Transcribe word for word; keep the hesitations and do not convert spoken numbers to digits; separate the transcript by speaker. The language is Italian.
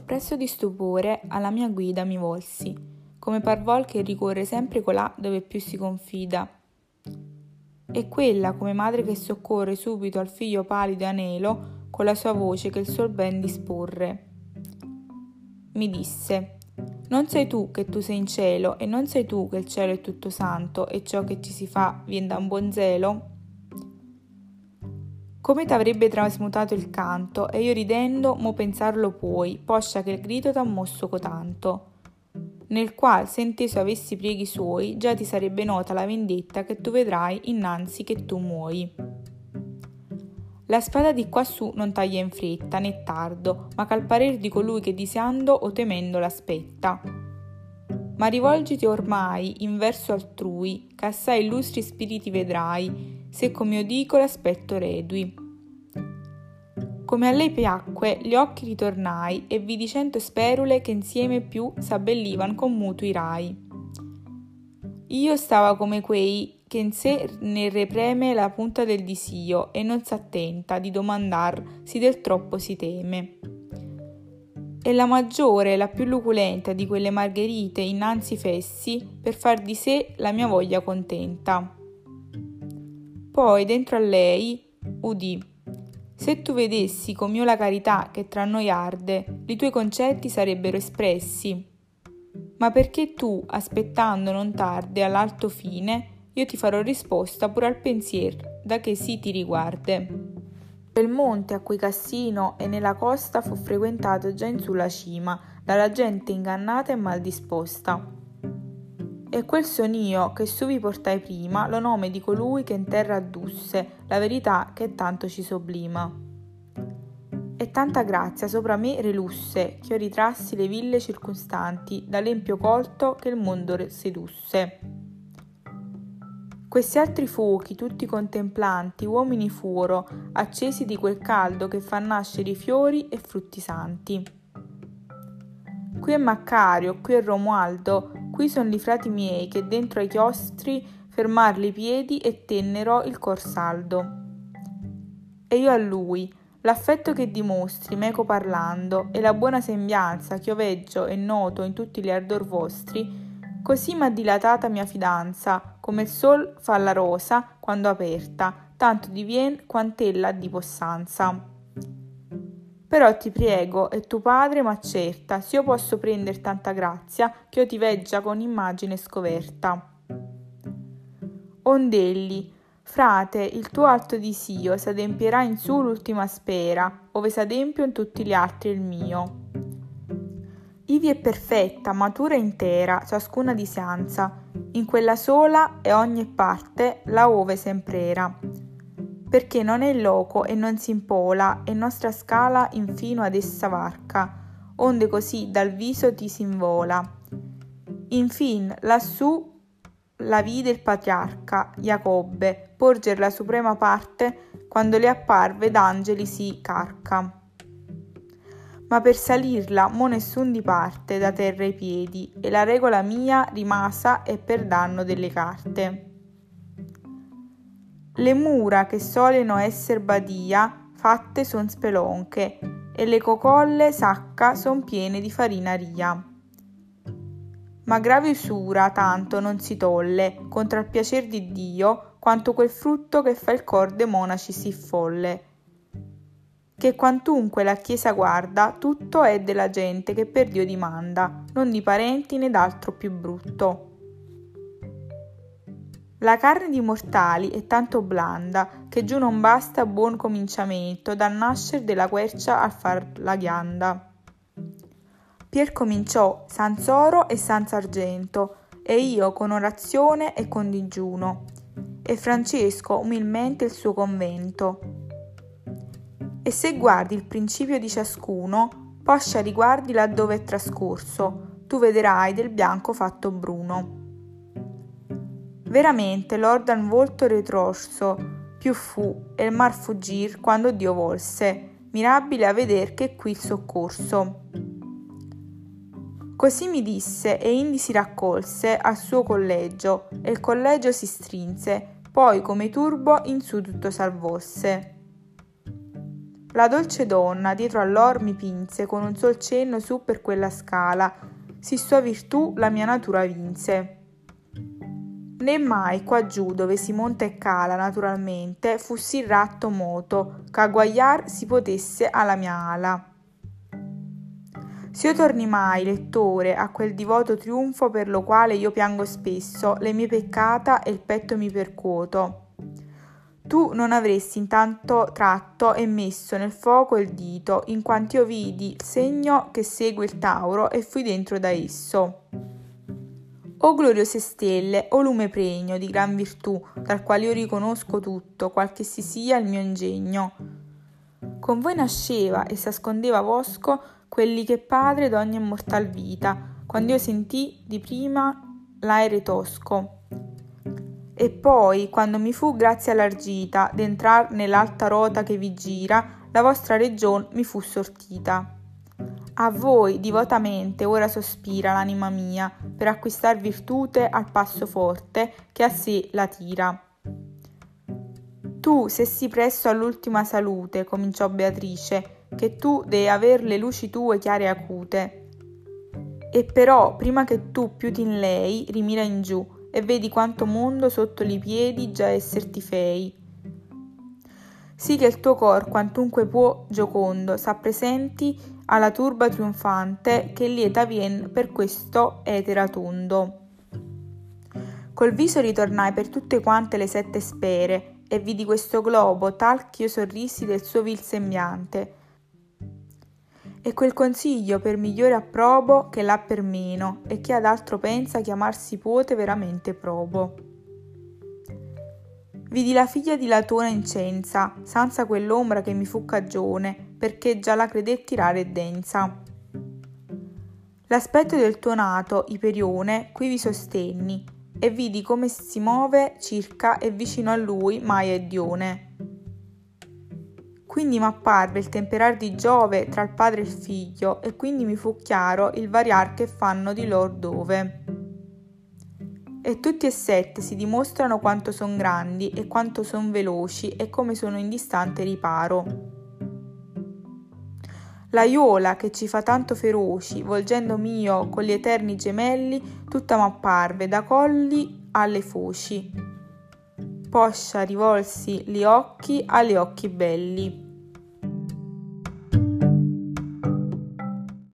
Speaker 1: Soppresso di stupore, alla mia guida mi volsi, come par vol che ricorre sempre colà dove più si confida. E quella come madre che soccorre subito al figlio palido e anelo, con la sua voce che il suol ben disporre. Mi disse: non sei tu che tu sei in cielo, e non sei tu che il cielo è tutto santo, e ciò che ci si fa vien da un buon zelo? Come t'avrebbe trasmutato il canto, e io ridendo mo pensarlo puoi, poscia che il grido t'ha mosso cotanto, nel qual se inteso avessi prieghi suoi, già ti sarebbe nota la vendetta che tu vedrai innanzi che tu muoi. La spada di quassù non taglia in fretta né tardo, ma c'al parer di colui che disiando o temendo l'aspetta. Ma rivolgiti ormai in verso altrui, ch'assai illustri spiriti vedrai, se com'io dico l'aspetto redui. Come a lei piacque, gli occhi ritornai e vidi cento sperule che insieme più s'abbellivan con mutui rai. Io stava come quei che in sé ne repreme la punta del disio e non s'attenta di domandar si del troppo si teme. E la maggiore, la più luculenta di quelle margherite innanzi fessi per far di sé la mia voglia contenta. Poi dentro a lei udì: se tu vedessi com'io la carità che tra noi arde, i tuoi concetti sarebbero espressi. Ma perché tu, aspettando non tarde all'alto fine, io ti farò risposta pur al pensier da che sì ti riguarde. Quel monte a cui Cassino e nella costa fu frequentato già in sulla cima, dalla gente ingannata e mal disposta. E quel son io che su vi portai prima lo nome di colui che in terra addusse la verità che tanto ci soblima. E tanta grazia sopra me relusse, ch'io ritrassi le ville circostanti dall'empio colto che il mondo sedusse. Questi altri fuochi, tutti contemplanti, uomini fuoro, accesi di quel caldo che fa nascere i fiori e frutti santi. Qui è Maccario, qui è Romualdo, qui son li frati miei che dentro ai chiostri fermarli i piedi e tennero il cor saldo. E io a lui, l'affetto che dimostri meco parlando e la buona sembianza ch'io veggio e noto in tutti gli ardor vostri, così m'ha dilatata mia fidanza, come il sol fa la rosa quando aperta, tanto divien quant'ella di possanza. Però ti prego, e tu padre m'accerta, s'io posso prender tanta grazia, ch'io ti veggia con immagine scoverta. Ond'egli: frate, il tuo alto disio s'adempierà in su l'ultima spera, ove s'adempio in tutti gli altri il mio. Ivi è perfetta, matura e intera, ciascuna disianza, in quella sola e ogni parte la ove sempre era. Perché non è il loco e non si impola, e nostra scala infino ad essa varca, onde così dal viso ti s'invola. Infin, lassù la vide il patriarca, Iacobbe, porger la suprema parte, quando le apparve d'angeli si carca. Ma per salirla mo nessun diparte da terra i piedi, e la regola mia rimasa è per danno delle carte. Le mura che soleno esser badia, fatte son spelonche, e le cocolle sacca son piene di farina ria. Ma grave usura tanto non si tolle, contra il piacer di Dio, quanto quel frutto che fa il cor de monaci sì folle. Che quantunque la Chiesa guarda, tutto è della gente che per Dio dimanda, non di parenti né d'altro più brutto. La carne di mortali è tanto blanda, che giù non basta buon cominciamento dal nascer della quercia al far la ghianda. Pier cominciò sanz'oro e sanz'argento, e io con orazione e con digiuno, e Francesco umilmente il suo convento. E se guardi il principio di ciascuno, poscia riguardi laddove è trascorso, tu vedrai del bianco fatto bruno. Veramente l'or dal volto ritrorso più fu, e il mar fuggir quando Dio volse, mirabile a veder che qui il soccorso. Così mi disse, e indi si raccolse al suo collegio, e il collegio si strinse, poi come turbo in su tutto salvosse. La dolce donna dietro all'or mi pinse, con un sol cenno su per quella scala, si sua virtù la mia natura vinse. Né mai qua giù dove si monta e cala naturalmente fu sì ratto moto, ch'agguagliar si potesse alla mia ala. S'io torni mai, lettore, a quel divoto trionfo per lo quale io piango spesso, le mie peccata e il petto mi percuoto, tu non avresti intanto tratto e messo nel fuoco il dito, in quanto io vidi il segno che segue il Tauro e fui dentro da esso. O gloriose stelle, o lume pregno di gran virtù, dal quale io riconosco tutto, qual che si sia il mio ingegno. Con voi nasceva e s'ascondeva vosco quelli che padre d'ogni immortal vita, quando io sentii di prima l'aere tosco. E poi, quando mi fu grazia largita d'entrar nell'alta rota che vi gira, la vostra region mi fu sortita. A voi divotamente ora sospira l'anima mia, per acquistar virtute al passo forte che a sé la tira. Tu se sì presso all'ultima salute, cominciò Beatrice, che tu dei aver le luci tue chiare e acute. E però, prima che tu più t'in lei, rimira in giù, e vedi quanto mondo sotto li piedi già esser ti fei. Sì che il tuo cor quantunque può giocondo s'appresenti alla turba trionfante che lieta vien per questo etera tondo. Col viso ritornai per tutte quante le sette spere e vidi questo globo tal ch'io sorrisi del suo vil sembiante. E quel consiglio per migliore approbo che l'ha per meno e chi ad altro pensa chiamar si puote veramente probo. Vidi la figlia di Latona incensa, senza quell'ombra che mi fu cagione, perché già la credetti rara e densa. L'aspetto del tuo nato, Iperione, qui vi sostenni, e vidi come si muove circa e vicino a lui Maia e Dione. Quindi m'apparve il temperar di Giove tra il padre e il figlio, e quindi mi fu chiaro il variar che fanno di lor dove. E tutti e sette si dimostrano quanto son grandi e quanto son veloci e come sono in distante riparo. L'aiuola che ci fa tanto feroci, volgendomi io con gli eterni gemelli, tutta m'apparve da colli alle foci. Poscia rivolsi gli occhi agli occhi belli.